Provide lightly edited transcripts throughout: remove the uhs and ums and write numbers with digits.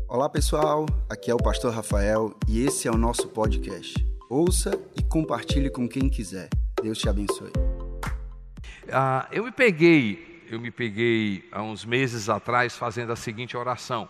Olá pessoal, aqui é o Pastor Rafael e esse é o nosso podcast. Ouça e compartilhe com quem quiser. Deus te abençoe. Eu me peguei há uns meses atrás fazendo a seguinte oração.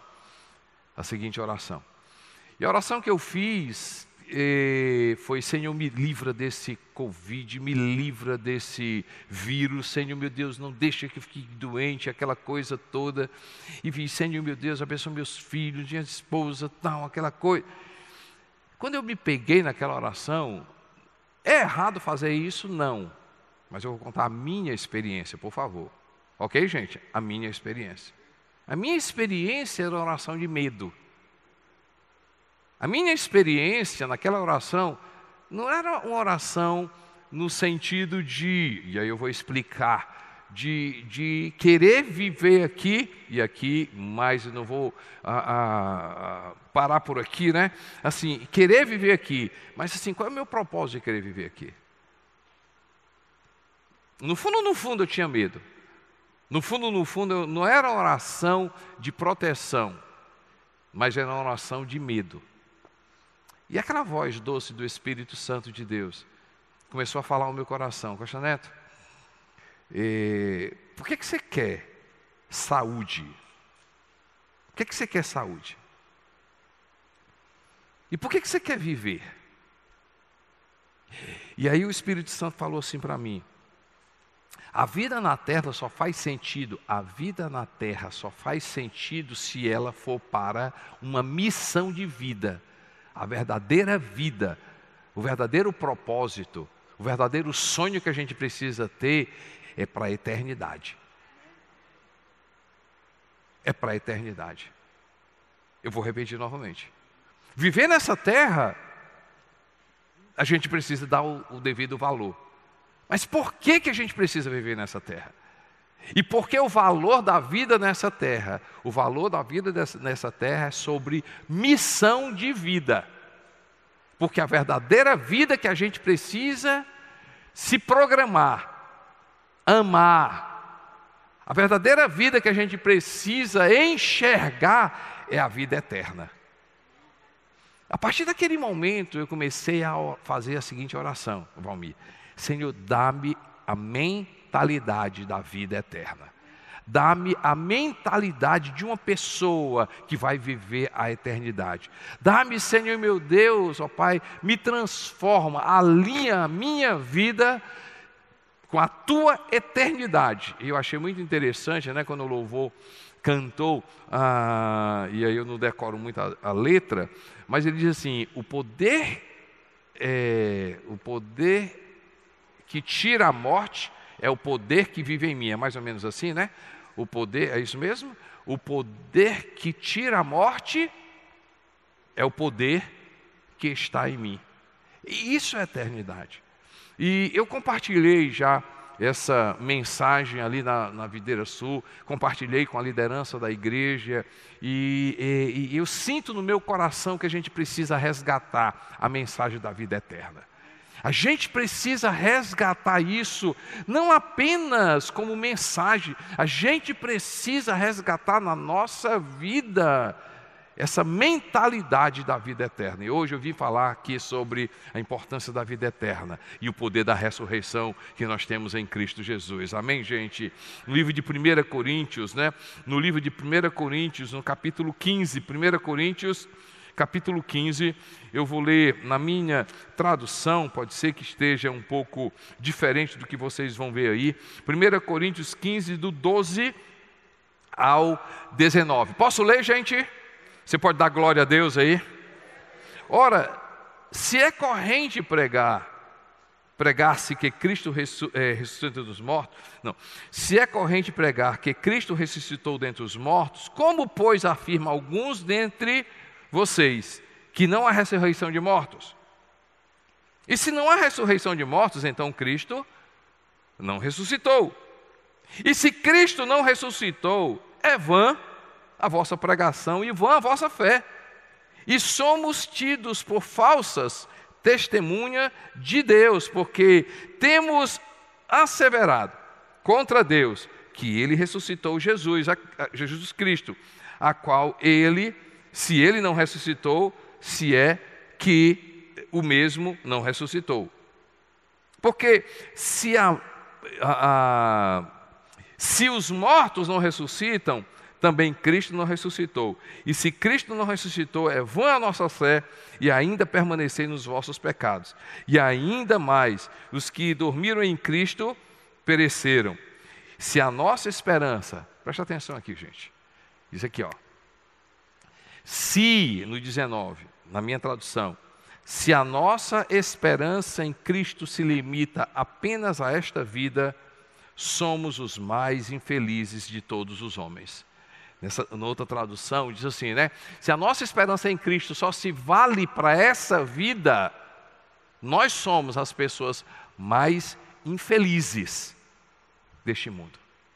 E a oração que eu fiz foi: Senhor, me livra desse Covid, me livra desse vírus, Senhor meu Deus, não deixa que eu fique doente, aquela coisa toda. E vi: Senhor meu Deus, abençoa meus filhos, minha esposa, tal, aquela coisa. Quando eu me peguei naquela oração, é errado fazer isso? Não. Mas eu vou contar a minha experiência, por favor. Ok, gente? A minha experiência. A minha experiência era oração de medo. A minha experiência naquela oração não era uma oração no sentido de, e aí eu vou explicar, de querer viver aqui, e aqui, mas eu não vou parar por aqui, né? Assim, querer viver aqui, mas assim, qual é o meu propósito de querer viver aqui? No fundo eu tinha medo. No fundo não era uma oração de proteção, mas era uma oração de medo. E aquela voz doce do Espírito Santo de Deus começou a falar ao meu coração: Costa Neto, por que você quer saúde? Por que você quer saúde? E por que você quer viver? E aí o Espírito Santo falou assim para mim: a vida na terra só faz sentido se ela for para uma missão de vida. A verdadeira vida, o verdadeiro propósito, o verdadeiro sonho que a gente precisa ter é para a eternidade. É para a eternidade. Eu vou repetir novamente. Viver nessa terra, a gente precisa dar o devido valor. Mas por que a gente precisa viver nessa terra? E por que o valor da vida nessa terra? O valor da vida nessa terra é sobre missão de vida. Porque a verdadeira vida que a gente precisa se programar, amar, a verdadeira vida que a gente precisa enxergar é a vida eterna. A partir daquele momento eu comecei a fazer a seguinte oração, Valmir: Senhor, dá-me a mentalidade da vida eterna. Dá-me a mentalidade de uma pessoa que vai viver a eternidade. Dá-me, Senhor meu Deus, ó Pai, me transforma, alinha a minha vida com a Tua eternidade. E eu achei muito interessante, né, quando o louvor cantou, e aí eu não decoro muito a letra, mas ele diz assim: o poder que tira a morte é o poder que vive em mim. É mais ou menos assim, né? O poder, é isso mesmo? O poder que tira a morte é o poder que está em mim. E isso é eternidade. E eu compartilhei já essa mensagem ali na Videira Sul, compartilhei com a liderança da igreja, e eu sinto no meu coração que a gente precisa resgatar a mensagem da vida eterna. A gente precisa resgatar isso, não apenas como mensagem, a gente precisa resgatar na nossa vida essa mentalidade da vida eterna. E hoje eu vim falar aqui sobre a importância da vida eterna e o poder da ressurreição que nós temos em Cristo Jesus. Amém, gente? No livro de 1 Coríntios, né? No livro de 1 Coríntios, no capítulo 15, 1 Coríntios, capítulo 15, eu vou ler na minha tradução, pode ser que esteja um pouco diferente do que vocês vão ver aí. 1 Coríntios 15, do 12 ao 19. Posso ler, gente? Você pode dar glória a Deus aí? Ora, se é corrente pregar-se que Cristo ressuscitou dos mortos, não. Se é corrente pregar que Cristo ressuscitou dentre os mortos, como, pois, afirma alguns dentre vocês que não há ressurreição de mortos? E se não há ressurreição de mortos, então Cristo não ressuscitou. E se Cristo não ressuscitou, é vã a vossa pregação e vã a vossa fé. E somos tidos por falsas testemunha de Deus, porque temos asseverado contra Deus que Ele ressuscitou Jesus Cristo, a qual Ele se ele não ressuscitou, se é que o mesmo não ressuscitou. Porque se os mortos não ressuscitam, também Cristo não ressuscitou. E se Cristo não ressuscitou, é vã a nossa fé e ainda permanecei nos vossos pecados. E ainda mais, os que dormiram em Cristo pereceram. Se a nossa esperança, presta atenção aqui, gente, diz aqui, ó. Se, no 19, na minha tradução, se a nossa esperança em Cristo se limita apenas a esta vida, somos os mais infelizes de todos os homens. Na outra tradução, diz assim, né? Se a nossa esperança em Cristo só se vale para essa vida, nós somos as pessoas mais infelizes deste mundo.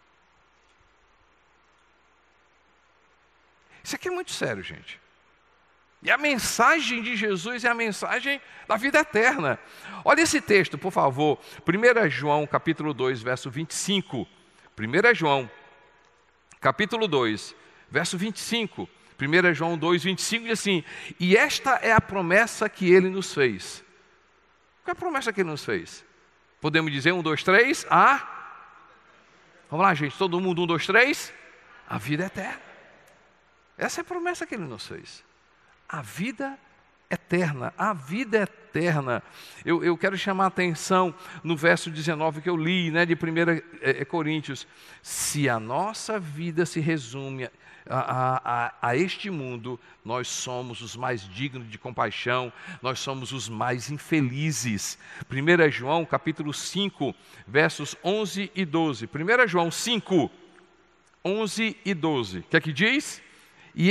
Isso aqui é muito sério, gente. E a mensagem de Jesus é a mensagem da vida eterna. Olha esse texto, por favor. 1 João, capítulo 2, verso 25. 1 João, capítulo 2, verso 25. 1 João 2, 25 diz assim: e esta é a promessa que ele nos fez. Qual é a promessa que ele nos fez? Podemos dizer 1, 2, 3, Vamos lá, gente, todo mundo, 1, 2, 3. A vida eterna. Essa é a promessa que ele nos fez. A vida eterna, a vida eterna. Eu quero chamar a atenção no verso 19 que eu li, né, de 1 Coríntios. Se a nossa vida se resume a este mundo, nós somos os mais dignos de compaixão, nós somos os mais infelizes. 1 João capítulo 5, versos 11 e 12. 1 João 5, 11 e 12. O que é que diz? E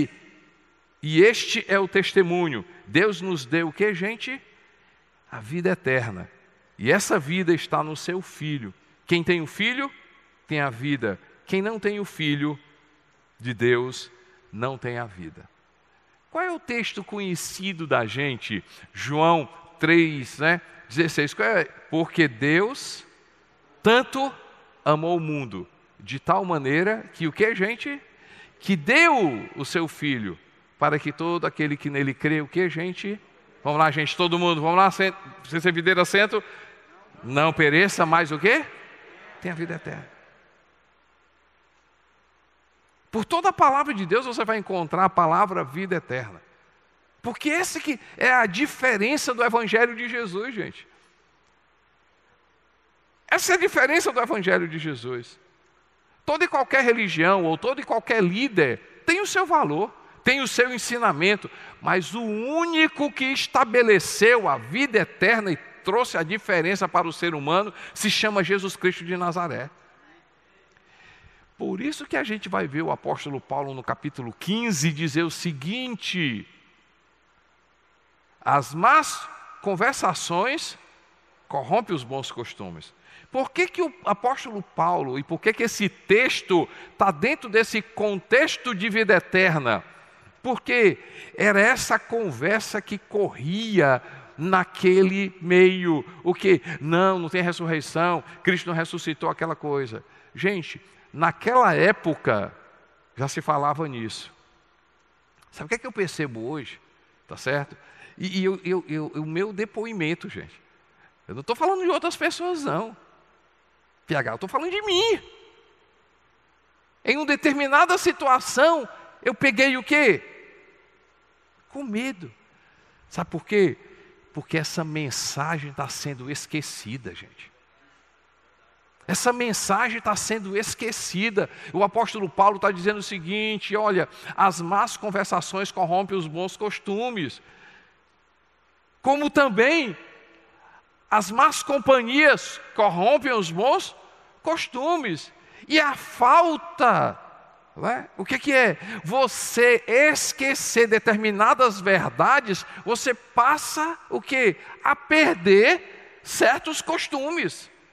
este é o testemunho. Deus nos deu o que, gente? A vida eterna. E essa vida está no seu Filho. Quem tem o Filho, tem a vida. Quem não tem o Filho de Deus, não tem a vida. Qual é o texto conhecido da gente? João 3, 16. Qual é? Porque Deus tanto amou o mundo, de tal maneira que o que, gente? Que deu o seu Filho, para que todo aquele que nele crê, o que, gente? Vamos lá, gente, todo mundo, vamos lá, se videira assento, não pereça, mas o quê? Tem a vida eterna. Por toda a palavra de Deus você vai encontrar a palavra vida eterna. Porque essa que é a diferença do Evangelho de Jesus, gente. Essa é a diferença do Evangelho de Jesus. Toda e qualquer religião, ou todo e qualquer líder, tem o seu valor, tem o seu ensinamento, mas o único que estabeleceu a vida eterna e trouxe a diferença para o ser humano se chama Jesus Cristo de Nazaré. Por isso que a gente vai ver o apóstolo Paulo no capítulo 15 dizer o seguinte: as más conversações corrompem os bons costumes. Por que o apóstolo Paulo, e por que esse texto está dentro desse contexto de vida eterna? Porque era essa conversa que corria naquele meio. O que? Não tem ressurreição, Cristo não ressuscitou, aquela coisa. Gente, naquela época já se falava nisso. Sabe o que é que eu percebo hoje? Tá certo? E o meu depoimento, gente, eu não estou falando de outras pessoas, não. PH, eu estou falando de mim. Em uma determinada situação, eu peguei o quê? Com medo. Sabe por quê? Porque essa mensagem está sendo esquecida, gente. Essa mensagem está sendo esquecida. O apóstolo Paulo está dizendo o seguinte: olha, as más conversações corrompem os bons costumes. Como também as más companhias corrompem os bons costumes. E a falta, o que é? Você esquecer determinadas verdades, você passa o quê? A perder certos costumes.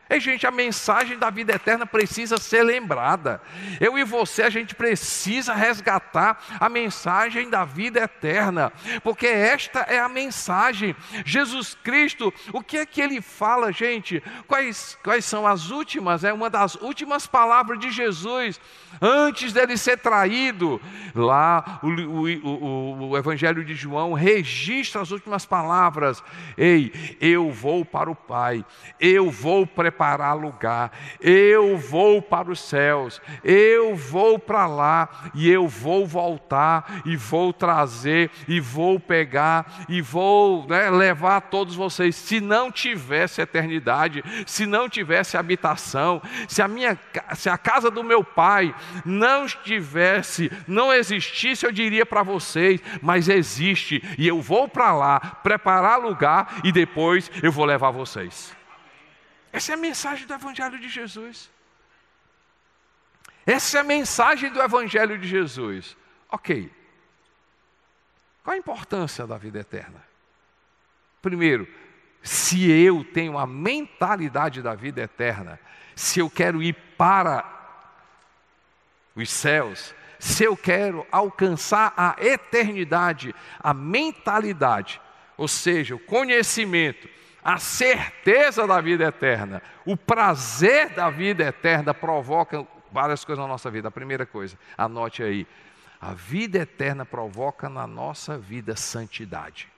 Ei, gente, a mensagem da vida eterna precisa ser lembrada. Eu e você, a gente precisa resgatar a mensagem da vida eterna, porque esta é a mensagem. Jesus Cristo, o que é que Ele fala, gente? Quais são as últimas, uma das últimas palavras de Jesus, antes dele ser traído? Lá, o Evangelho de João registra as últimas palavras. Ei, eu vou para o Pai, eu vou preparar lugar, eu vou para os céus, eu vou para lá, e eu vou voltar, e vou trazer, e vou pegar, e vou levar todos vocês. Se não tivesse eternidade, se não tivesse habitação, se a casa do meu Pai não existisse, eu diria para vocês, mas existe, e eu vou para lá, preparar lugar, e depois eu vou levar vocês. Essa é a mensagem do Evangelho de Jesus. Essa é a mensagem do Evangelho de Jesus. Ok. Qual a importância da vida eterna? Primeiro, se eu tenho a mentalidade da vida eterna, se eu quero ir para os céus, se eu quero alcançar a eternidade, a mentalidade, ou seja, o conhecimento, a certeza da vida eterna, o prazer da vida eterna provoca várias coisas na nossa vida. A primeira coisa, anote aí, a vida eterna provoca na nossa vida santidade.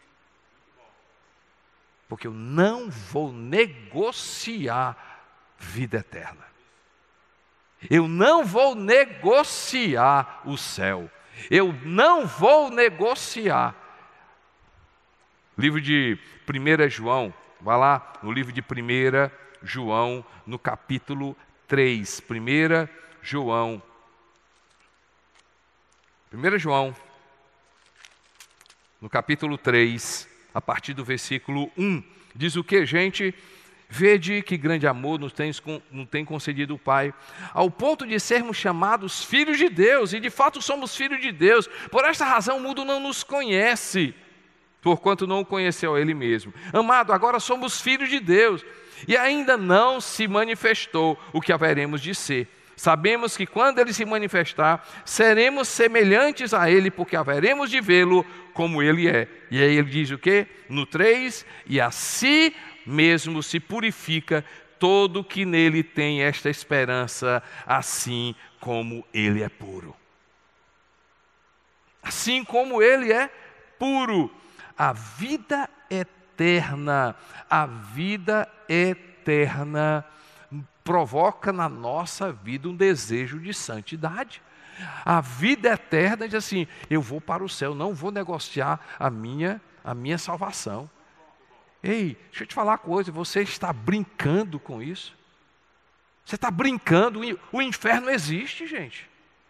Porque eu não vou negociar vida eterna. Eu não vou negociar o céu. Eu não vou negociar. Livro de 1 João, vai lá no livro de 1 João, no capítulo 3. 1 João, no capítulo 3, a partir do versículo 1. Diz o que, gente? Vede que grande amor nos tem concedido o Pai, ao ponto de sermos chamados filhos de Deus, e de fato somos filhos de Deus. Por esta razão o mundo não nos conhece, porquanto não o conheceu a Ele mesmo. Amado, agora somos filhos de Deus, e ainda não se manifestou o que haveremos de ser. Sabemos que quando Ele se manifestar, seremos semelhantes a Ele, porque haveremos de vê-lo como Ele é. E aí ele diz o quê? No 3, e a si mesmo se purifica todo que nele tem esta esperança, assim como Ele é puro. Assim como Ele é puro. A vida eterna provoca na nossa vida um desejo de santidade. A vida eterna diz assim, eu vou para o céu, não vou negociar a minha salvação. Ei, deixa eu te falar uma coisa, você está brincando com isso? Você está brincando, o inferno existe, gente.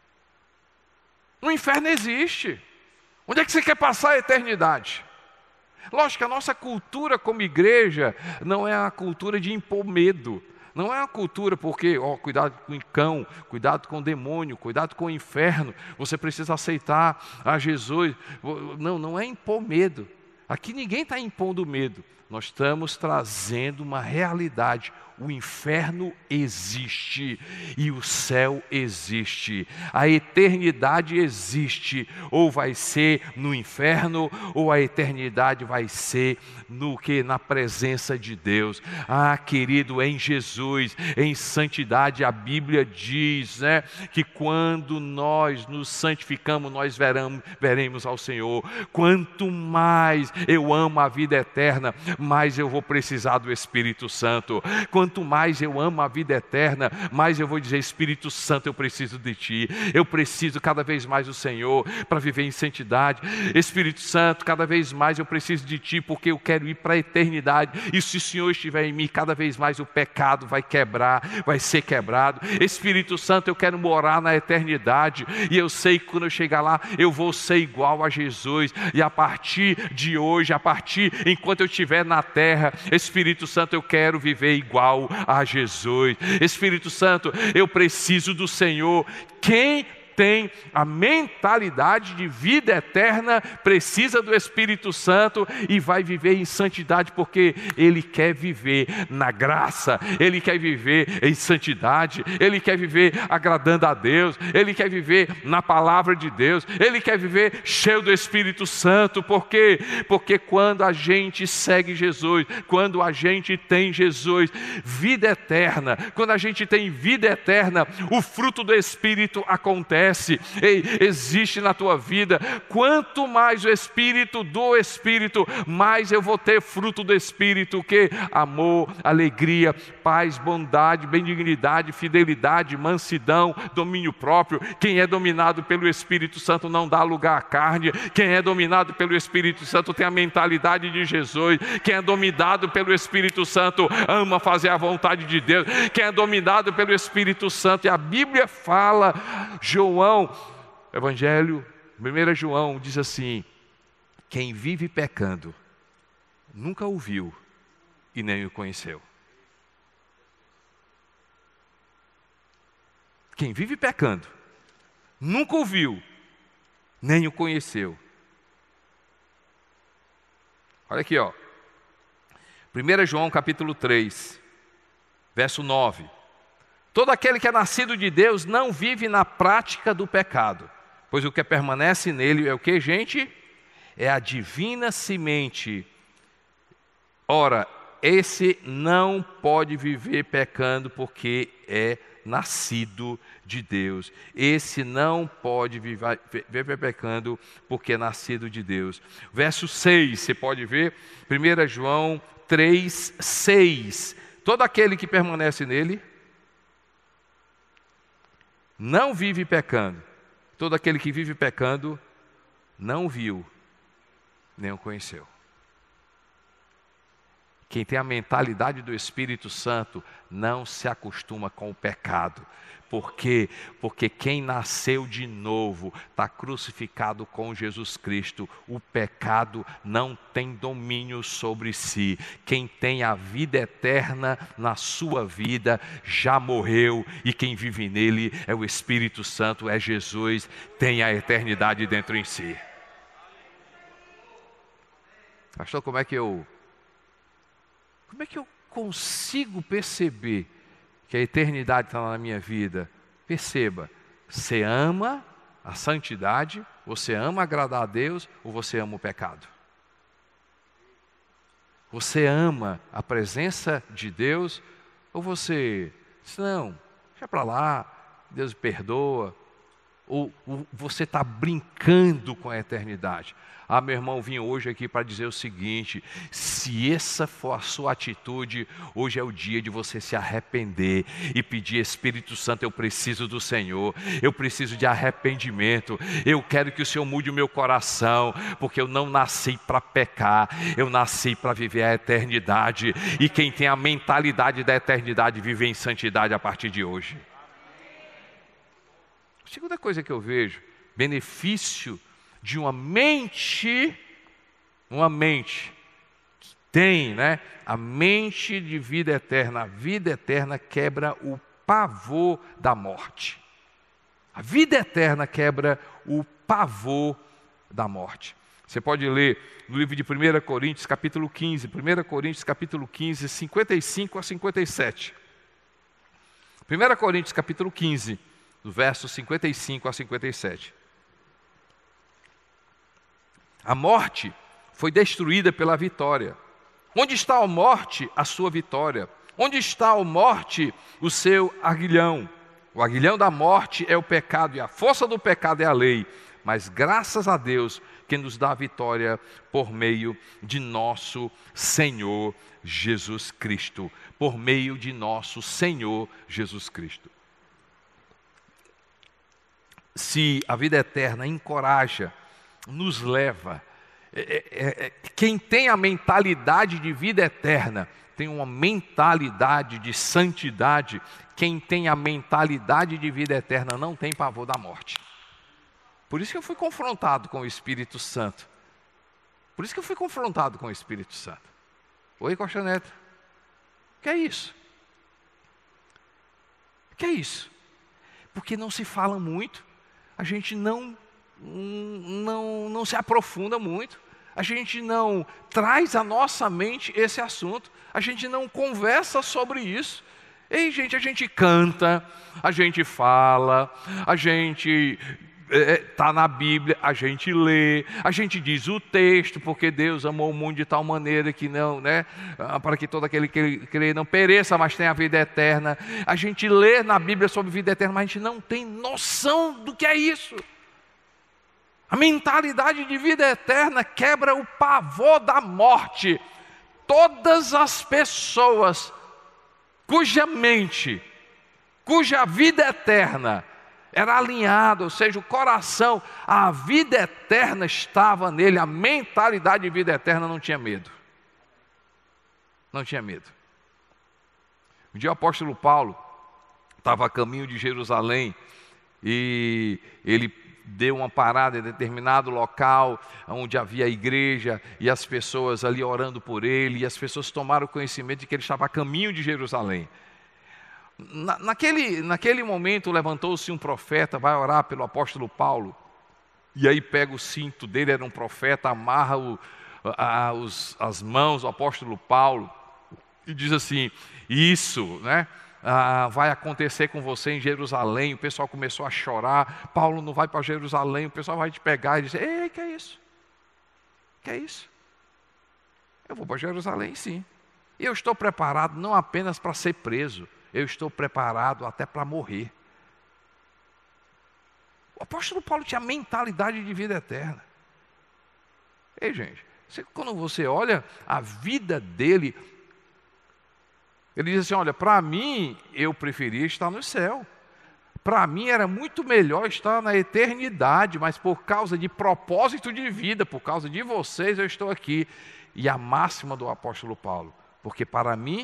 O inferno existe. Onde é que você quer passar a eternidade? Lógico que a nossa cultura como igreja não é a cultura de impor medo. Não é uma cultura porque, cuidado com o cão, cuidado com o demônio, cuidado com o inferno, você precisa aceitar a Jesus. Não é impor medo. Aqui ninguém está impondo medo. Nós estamos trazendo uma realidade. O inferno existe e o céu existe. A eternidade existe. Ou vai ser no inferno, ou a eternidade vai ser na presença de Deus. Ah, querido, em Jesus, em santidade, a Bíblia diz, que quando nós nos santificamos, nós veremos ao Senhor. Quanto mais eu amo a vida eterna, mais eu vou precisar do Espírito Santo. Quanto mais eu amo a vida eterna, mais eu vou dizer, Espírito Santo, eu preciso de Ti. Eu preciso cada vez mais do Senhor para viver em santidade. Espírito Santo, cada vez mais eu preciso de Ti, porque eu quero ir para a eternidade. E se o Senhor estiver em mim, cada vez mais o pecado vai ser quebrado. Espírito Santo, eu quero morar na eternidade. E eu sei que quando eu chegar lá, eu vou ser igual a Jesus. E a partir de hoje, enquanto eu estiver na terra, Espírito Santo, eu quero viver igual a Jesus. Espírito Santo, eu preciso do Senhor. Quem tem a mentalidade de vida eterna precisa do Espírito Santo e vai viver em santidade, porque ele quer viver na graça, ele quer viver em santidade, ele quer viver agradando a Deus, ele quer viver na palavra de Deus, ele quer viver cheio do Espírito Santo. Por quê? Porque quando a gente segue Jesus, quando a gente tem Jesus, vida eterna, quando a gente tem vida eterna, o fruto do Espírito acontece. Ei, existe na tua vida. Quanto mais o Espírito do Espírito, mais eu vou ter fruto do Espírito, que amor, alegria, paz, bondade, benignidade, fidelidade, mansidão, domínio próprio. Quem é dominado pelo Espírito Santo não dá lugar à carne. Quem é dominado pelo Espírito Santo tem a mentalidade de Jesus. Quem é dominado pelo Espírito Santo ama fazer a vontade de Deus. Quem é dominado pelo Espírito Santo, e a Bíblia fala, João, Evangelho, 1 João diz assim: quem vive pecando nunca o viu e nem o conheceu. Quem vive pecando nunca o viu, nem o conheceu. Olha aqui, ó. 1 João capítulo 3, verso 9. Todo aquele que é nascido de Deus não vive na prática do pecado, pois o que permanece nele é o que, gente? É a divina semente. Ora, esse não pode viver pecando porque é nascido de Deus. Esse não pode viver pecando porque é nascido de Deus. Verso 6, você pode ver, 1 João 3, 6. Todo aquele que permanece nele não vive pecando. Todo aquele que vive pecando não viu, nem o conheceu. Quem tem a mentalidade do Espírito Santo não se acostuma com o pecado. Por quê? Porque quem nasceu de novo está crucificado com Jesus Cristo. O pecado não tem domínio sobre si. Quem tem a vida eterna na sua vida já morreu, e quem vive nele é o Espírito Santo, é Jesus, tem a eternidade dentro em si. Pastor, como é que eu consigo perceber que a eternidade está na minha vida? Perceba, você ama a santidade, você ama agradar a Deus, ou você ama o pecado? Você ama a presença de Deus, ou você diz, não, deixa para lá, Deus perdoa? Ou você está brincando com a eternidade? Ah, meu irmão, vim hoje aqui para dizer o seguinte: se essa for a sua atitude, hoje é o dia de você se arrepender e pedir, Espírito Santo, eu preciso do Senhor, eu preciso de arrependimento, eu quero que o Senhor mude o meu coração, porque eu não nasci para pecar, eu nasci para viver a eternidade, e quem tem a mentalidade da eternidade vive em santidade a partir de hoje. A segunda coisa que eu vejo, benefício de uma mente que tem, a mente de vida eterna. A vida eterna quebra o pavor da morte. A vida eterna quebra o pavor da morte. Você pode ler no livro de 1 Coríntios, capítulo 15, 1 Coríntios, capítulo 15, 55 a 57. 1 Coríntios, capítulo 15, do verso 55 a 57. A morte foi destruída pela vitória. Onde está a morte, a sua vitória? Onde está a morte, o seu aguilhão? O aguilhão da morte é o pecado, e a força do pecado é a lei. Mas graças a Deus que nos dá a vitória por meio de nosso Senhor Jesus Cristo. Por meio de nosso Senhor Jesus Cristo. Se a vida eterna encoraja, nos leva, quem tem a mentalidade de vida eterna, tem uma mentalidade de santidade. Quem tem a mentalidade de vida eterna não tem pavor da morte. Por isso que eu fui confrontado com o Espírito Santo. Por isso que eu fui confrontado com o Espírito Santo. Oi, Costa Neto. O que é isso? O que é isso? Porque não se fala muito. a gente não se aprofunda muito, a gente não traz à nossa mente esse assunto, a gente não conversa sobre isso. Ei, gente, a gente canta, a gente fala, a gente está na Bíblia, a gente lê, a gente diz o texto, porque Deus amou o mundo de tal maneira que não, para que todo aquele que crê não pereça, mas tenha a vida eterna. A gente lê na Bíblia sobre vida eterna, mas a gente não tem noção do que é isso. A mentalidade de vida eterna quebra o pavor da morte. Todas as pessoas cuja mente, cuja vida eterna era alinhada, ou seja, o coração, a vida eterna estava nele, a mentalidade de vida eterna não tinha medo. Não tinha medo. Um dia o apóstolo Paulo estava a caminho de Jerusalém e ele deu uma parada em determinado local onde havia a igreja e as pessoas ali orando por ele, e as pessoas tomaram conhecimento de que ele estava a caminho de Jerusalém. Naquele momento levantou-se um profeta, vai orar pelo apóstolo Paulo, e aí pega o cinto dele, era um profeta, amarra as mãos do apóstolo Paulo e diz assim: isso, vai acontecer com você em Jerusalém. O pessoal começou a chorar. Paulo não vai para Jerusalém, o pessoal vai te pegar e dizer: ei, que é isso? Que é isso? Eu vou para Jerusalém, sim. E eu estou preparado não apenas para ser preso, eu estou preparado até para morrer. O apóstolo Paulo tinha mentalidade de vida eterna. Ei, gente, quando você olha a vida dele, ele diz assim: olha, para mim, eu preferia estar no céu. Para mim era muito melhor estar na eternidade, mas por causa de propósito de vida, por causa de vocês, eu estou aqui. E a máxima do apóstolo Paulo: porque para mim,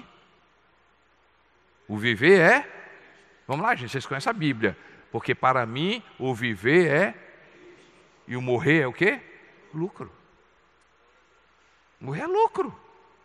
o viver é... Vamos lá, gente, vocês conhecem a Bíblia. Porque para mim, o viver é... E o morrer é o quê? Lucro. Morrer é lucro.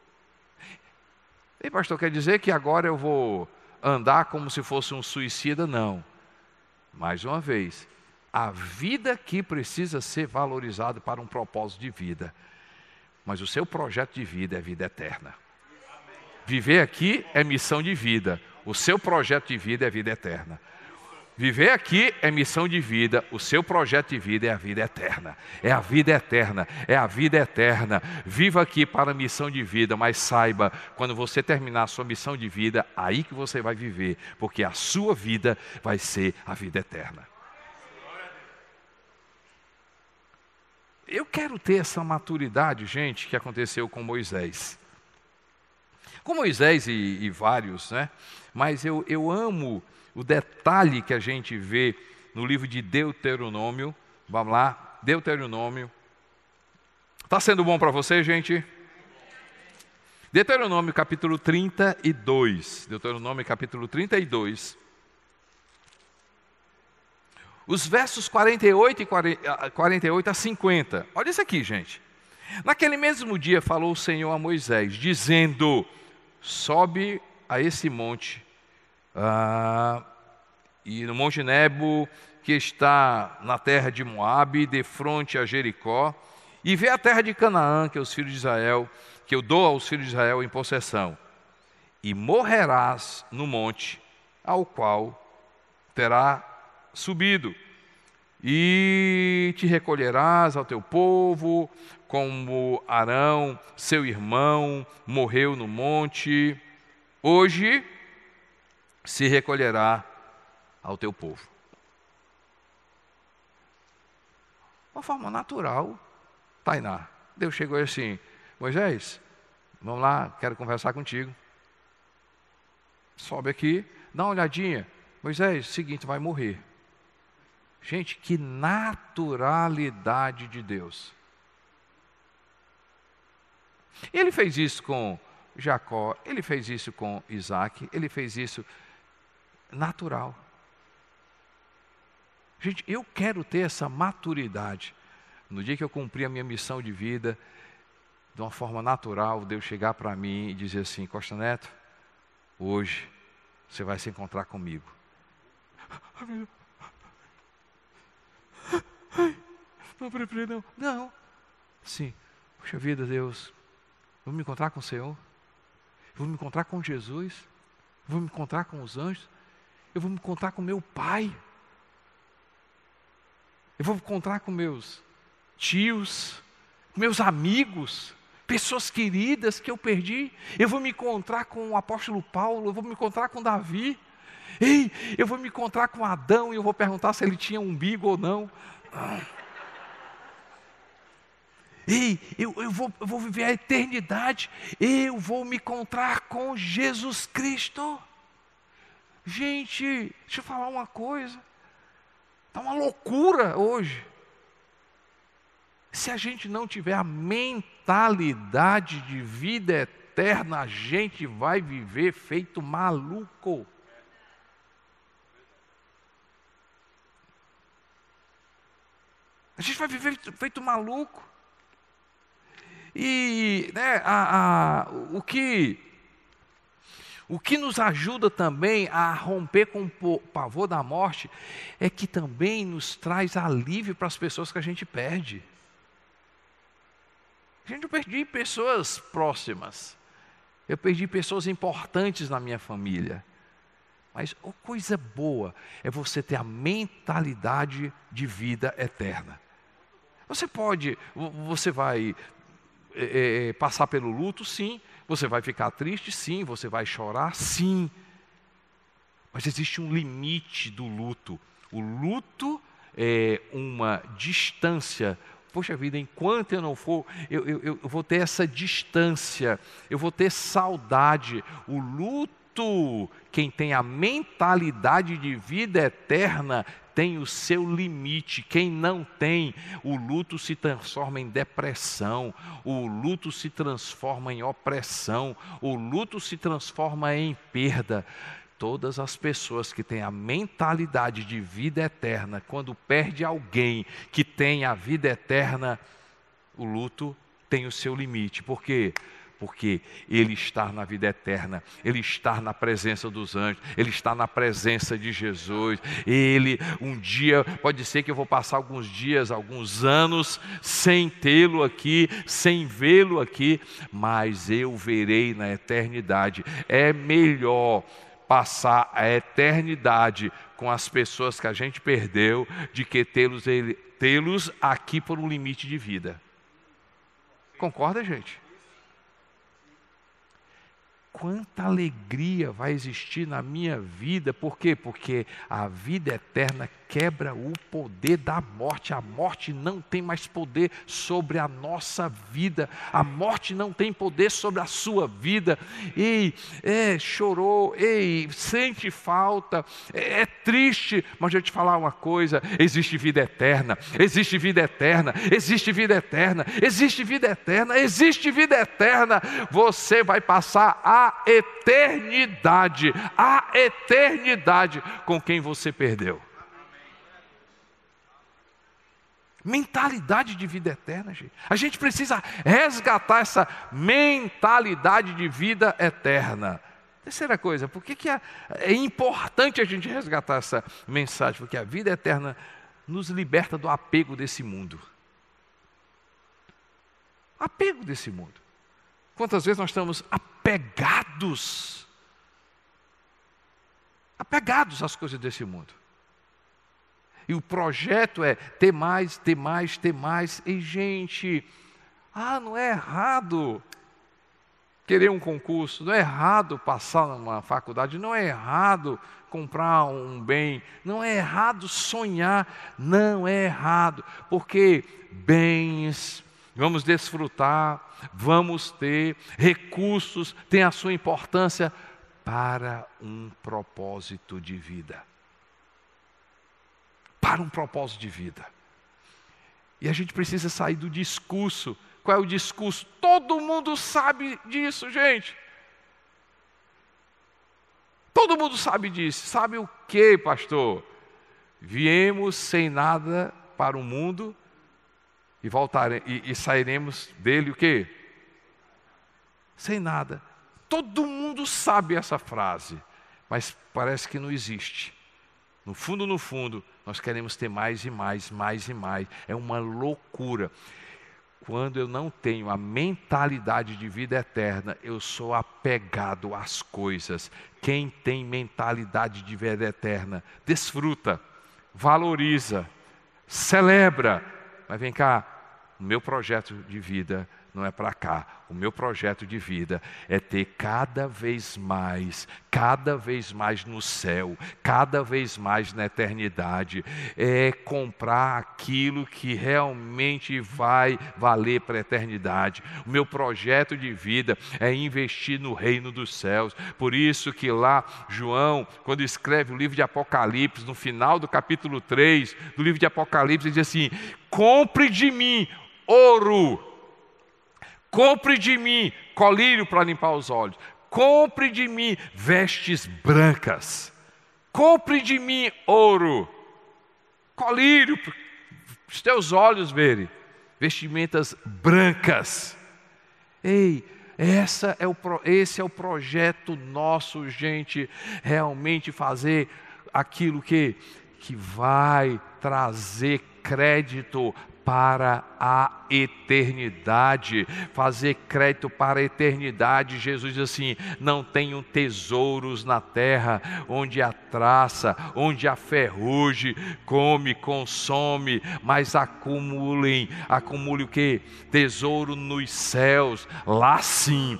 E pastor, quer dizer que agora eu vou andar como se fosse um suicida? Não. Mais uma vez, a vida aqui precisa ser valorizada para um propósito de vida. Mas o seu projeto de vida é vida eterna. Viver aqui é missão de vida. O seu projeto de vida é vida eterna. Viver aqui é missão de vida, o seu projeto de vida é a vida eterna. É a vida eterna, é a vida eterna. Viva aqui para a missão de vida, mas saiba, quando você terminar a sua missão de vida, aí que você vai viver, porque a sua vida vai ser a vida eterna. Eu quero ter essa maturidade, gente, que aconteceu com Moisés. Com Moisés e vários, mas eu amo o detalhe que a gente vê no livro de Deuteronômio. Vamos lá, Deuteronômio. Está sendo bom para você, gente? Deuteronômio capítulo 32. Deuteronômio capítulo 32. Os versos 48 a 50. Olha isso aqui, gente. Naquele mesmo dia falou o Senhor a Moisés, dizendo: sobe a esse monte, e no Monte Nebo, que está na terra de Moabe, de frente a Jericó, e vê a terra de Canaã, que é os filhos de Israel, que eu dou aos filhos de Israel em possessão. E morrerás no monte ao qual terá subido, e te recolherás ao teu povo, como Arão, seu irmão, morreu no monte. Hoje se recolherá ao teu povo. Uma forma natural, Tainá. Deus chegou assim: Moisés, vamos lá, quero conversar contigo. Sobe aqui, dá uma olhadinha. Moisés, seguinte, vai morrer. Gente, que naturalidade de Deus. Ele fez isso com Jacó, ele fez isso com Isaac, ele fez isso natural. Gente, eu quero ter essa maturidade. No dia que eu cumprir a minha missão de vida, de uma forma natural, Deus chegar para mim e dizer assim: Costa Neto, hoje você vai se encontrar comigo. Ai, não preparei não. Não. Sim. Puxa vida, Deus. Vou me encontrar com o Senhor. Vou me encontrar com Jesus. Vou me encontrar com os anjos. Eu vou me encontrar com meu Pai. Eu vou me encontrar com meus tios, meus amigos, pessoas queridas que eu perdi. Eu vou me encontrar com o apóstolo Paulo, eu vou me encontrar com Davi. Ei, eu vou me encontrar com Adão e eu vou perguntar se ele tinha umbigo ou não. Ei, eu vou viver a eternidade. Eu vou me encontrar com Jesus Cristo. Gente, deixa eu falar uma coisa. Está uma loucura hoje. Se a gente não tiver a mentalidade de vida eterna, a gente vai viver feito maluco. A gente vai viver feito maluco. E né, o que nos ajuda também a romper com o pavor da morte é que também nos traz alívio para as pessoas que a gente perde. Eu perdi pessoas próximas, eu perdi pessoas importantes na minha família. Mas a coisa boa é você ter a mentalidade de vida eterna. Você vai passar pelo luto, sim. Você vai ficar triste, sim. Você vai chorar, sim. Mas existe um limite do luto. O luto é uma distância. Poxa vida, enquanto eu não for, eu vou ter essa distância. Eu vou ter saudade. O luto, quem tem a mentalidade de vida eterna, tem o seu limite. Quem não tem, o luto se transforma em depressão, o luto se transforma em opressão, o luto se transforma em perda. Todas as pessoas que têm a mentalidade de vida eterna, quando perde alguém que tem a vida eterna, o luto tem o seu limite. Por quê? Porque ele está na vida eterna, ele está na presença dos anjos, ele está na presença de Jesus. Ele, um dia, pode ser que eu vou passar alguns dias, alguns anos, sem tê-lo aqui, sem vê-lo aqui, mas eu verei na eternidade. É melhor passar a eternidade com as pessoas que a gente perdeu, de que tê-los aqui por um limite de vida. Concorda, gente? Quanta alegria vai existir na minha vida. Por quê? Porque a vida eterna quebra o poder da morte. A morte não tem mais poder sobre a nossa vida. A morte não tem poder sobre a sua vida. Ei, chorou, sente falta, é triste, mas deixa eu te falar uma coisa: existe vida eterna, existe vida eterna, existe vida eterna, existe vida eterna, existe vida eterna. Você vai passar a eternidade com quem você perdeu. Mentalidade de vida eterna, gente. A gente precisa resgatar essa mentalidade de vida eterna. Terceira coisa, por que é importante a gente resgatar essa mensagem? Porque a vida eterna nos liberta do apego desse mundo. Apego desse mundo. Quantas vezes nós estamos apegados às coisas desse mundo? E o projeto é ter mais, ter mais, ter mais. E gente, não é errado querer um concurso, não é errado passar numa faculdade, não é errado comprar um bem, não é errado sonhar, não é errado, porque bens vamos desfrutar, vamos ter, recursos têm a sua importância para um propósito de vida. Para um propósito de vida. E a gente precisa sair do discurso. Qual é o discurso? Todo mundo sabe disso, gente. Todo mundo sabe disso. Sabe o que, pastor? Viemos sem nada para o mundo e sairemos dele o quê? Sem nada. Todo mundo sabe essa frase, mas parece que não existe. No fundo, nós queremos ter mais e mais, mais e mais. É uma loucura. Quando eu não tenho a mentalidade de vida eterna, eu sou apegado às coisas. Quem tem mentalidade de vida eterna, desfruta, valoriza, celebra. Mas vem cá, o meu projeto de vida não é para cá. O meu projeto de vida é ter cada vez mais no céu, cada vez mais na eternidade. É comprar aquilo que realmente vai valer para a eternidade. O meu projeto de vida é investir no reino dos céus. Por isso que lá João, quando escreve o livro de Apocalipse, no final do capítulo 3 do livro de Apocalipse, ele diz assim: compre de mim ouro, compre de mim colírio para limpar os olhos, compre de mim vestes brancas, compre de mim ouro, colírio para os teus olhos verem, vestimentas brancas. Ei, esse é o projeto nosso, gente, realmente fazer aquilo que vai trazer crédito para a eternidade, fazer crédito para a eternidade. Jesus diz assim: não tenham tesouros na terra, onde a traça, onde a ferrugem come, consome, mas acumule o quê? Tesouro nos céus. Lá sim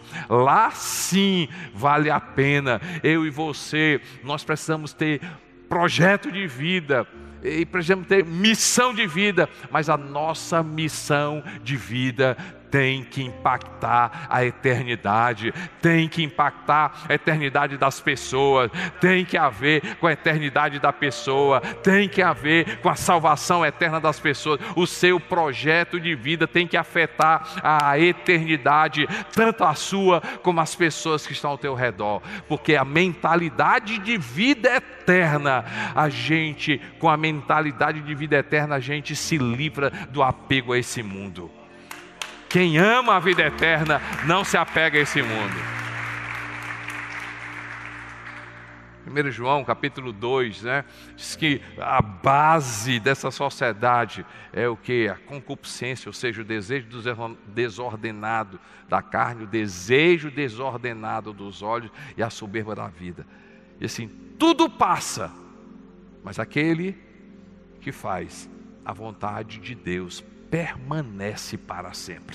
vale a pena. Eu e você, nós precisamos ter projeto de vida, e precisamos ter missão de vida, mas a nossa missão de vida tem que impactar a eternidade, tem que impactar a eternidade das pessoas, tem que haver com a eternidade da pessoa, tem que haver com a salvação eterna das pessoas. O seu projeto de vida tem que afetar a eternidade, tanto a sua como as pessoas que estão ao teu redor, porque a mentalidade de vida eterna, com a mentalidade de vida eterna, a gente se livra do apego a esse mundo. Quem ama a vida eterna não se apega a esse mundo. 1 João capítulo 2, diz que a base dessa sociedade é o que? A concupiscência, ou seja, o desejo desordenado da carne, o desejo desordenado dos olhos e a soberba da vida. E assim, tudo passa, mas aquele que faz a vontade de Deus permanece para sempre.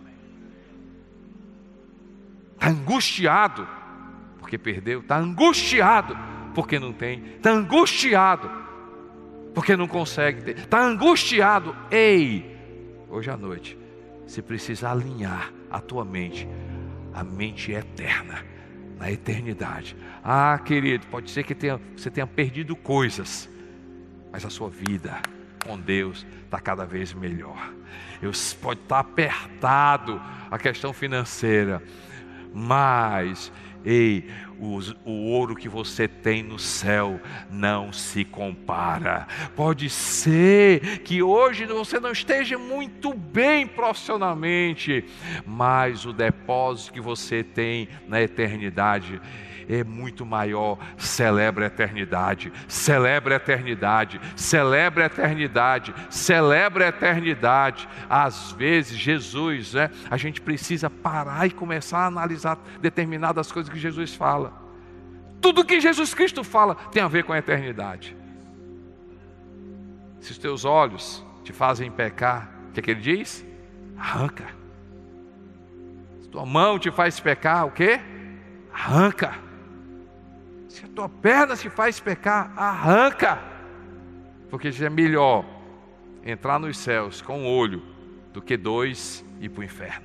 Está angustiado porque perdeu, está angustiado porque não tem, está angustiado porque não consegue ter, está angustiado. Ei, hoje à noite você precisa alinhar a tua mente, a mente eterna, na eternidade. Ah, querido, pode ser que você tenha perdido coisas, mas a sua vida com Deus está cada vez melhor. Pode estar apertado a questão financeira, mas o ouro que você tem no céu não se compara. Pode ser que hoje você não esteja muito bem profissionalmente, mas o depósito que você tem na eternidade é muito maior. Celebra a eternidade, celebra a eternidade, celebra a eternidade, celebra a eternidade. Às vezes Jesus, a gente precisa parar e começar a analisar determinadas coisas que Jesus fala. Tudo que Jesus Cristo fala tem a ver com a eternidade. Se os teus olhos te fazem pecar, o que ele diz? Arranca. Se tua mão te faz pecar, o quê? Arranca. Se a tua perna te faz pecar, arranca. Porque é melhor entrar nos céus com um olho do que dois e ir para o inferno.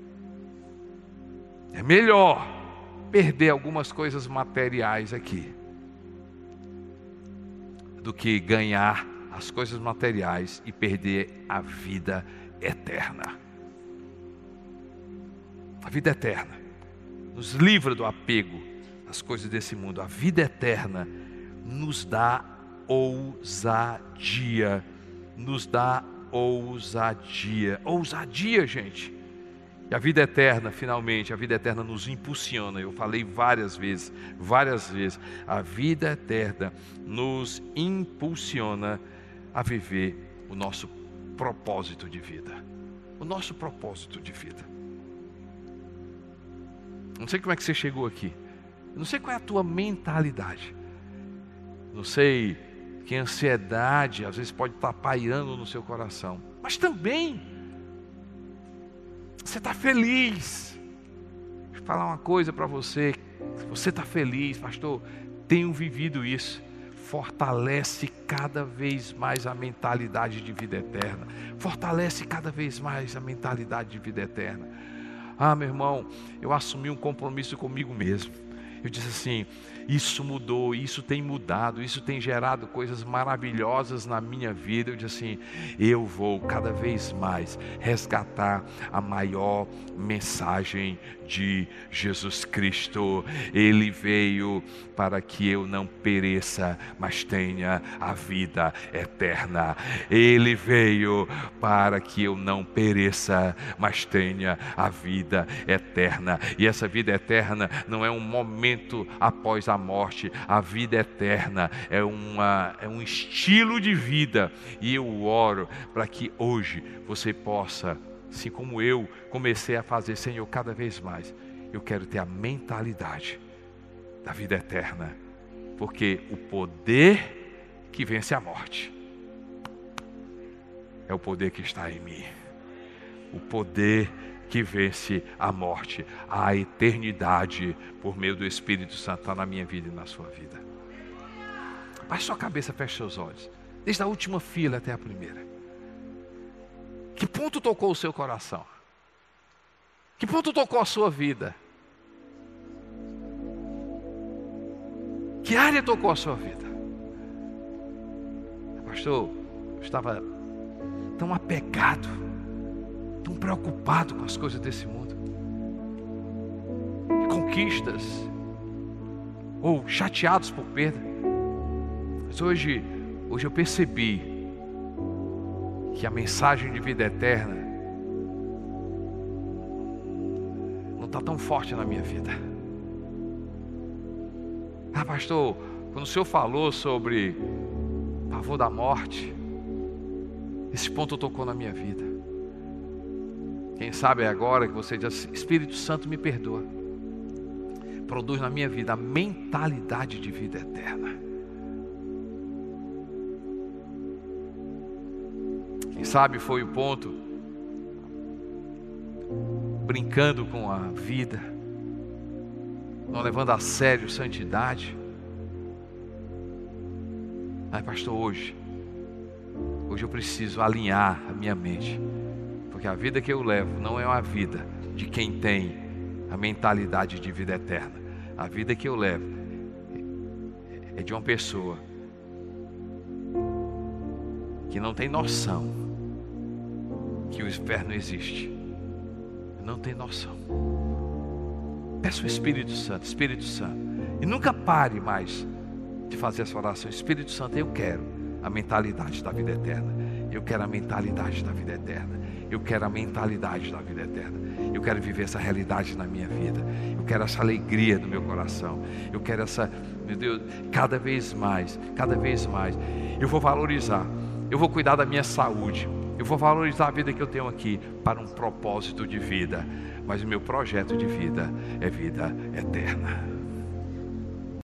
É melhor perder algumas coisas materiais aqui do que ganhar as coisas materiais e perder a vida eterna. A vida eterna nos livra do apego às coisas desse mundo. A vida eterna nos dá ousadia. Ousadia, gente. E a vida eterna, finalmente, a vida eterna nos impulsiona. Eu falei várias vezes. A vida eterna nos impulsiona a viver o nosso propósito de vida. O nosso propósito de vida. Não sei como é que você chegou aqui. Não sei qual é a tua mentalidade. Não sei que ansiedade às vezes pode estar pairando no seu coração. Mas também você está feliz. Deixa eu falar uma coisa para você. Você está feliz, pastor. Tenho vivido isso. Fortalece cada vez mais a mentalidade de vida eterna. Fortalece cada vez mais a mentalidade de vida eterna. Ah, meu irmão, eu assumi um compromisso comigo mesmo. Eu disse assim, isso mudou, isso tem mudado, isso tem gerado coisas maravilhosas na minha vida. Eu disse assim, eu vou cada vez mais resgatar a maior mensagem de Jesus Cristo. Ele veio para que eu não pereça, mas tenha a vida eterna. Ele veio para que eu não pereça, mas tenha a vida eterna. E essa vida eterna não é um momento após a morte. A vida eterna é um estilo de vida. E eu oro para que hoje você possa, assim como eu comecei a fazer, Senhor, cada vez mais, eu quero ter a mentalidade da vida eterna, porque o poder que vence a morte é o poder que está em mim. O poder que vence a morte, a eternidade, por meio do Espírito Santo, está na minha vida e na sua vida. Baixe sua cabeça, feche seus olhos, desde a última fila até a primeira. Que ponto tocou o seu coração? Que ponto tocou a sua vida? Que área tocou a sua vida? Pastor, eu estava tão apegado, tão preocupado com as coisas desse mundo, de conquistas, ou chateados por perda. Mas hoje eu percebi que a mensagem de vida eterna não está tão forte na minha vida. Ah, pastor, quando o senhor falou sobre o pavor da morte, esse ponto tocou na minha vida. Quem sabe é agora que você diz, Espírito Santo me perdoa. Produz na minha vida a mentalidade de vida eterna. Quem sabe foi o ponto, brincando com a vida, não levando a sério santidade. Ai, pastor, hoje eu preciso alinhar a minha mente, porque a vida que eu levo não é uma vida de quem tem a mentalidade de vida eterna. A vida que eu levo é de uma pessoa que não tem noção que o inferno existe. Não tem noção. Peça o Espírito Santo, e nunca pare mais de fazer essa oração. Espírito Santo, eu quero a mentalidade da vida eterna. Eu quero a mentalidade da vida eterna. Eu quero a mentalidade da vida eterna. Eu quero viver essa realidade na minha vida. Eu quero essa alegria no meu coração. Eu quero essa, meu Deus, cada vez mais. Eu vou valorizar. Eu vou cuidar da minha saúde. Eu vou valorizar a vida que eu tenho aqui para um propósito de vida. Mas o meu projeto de vida é vida eterna.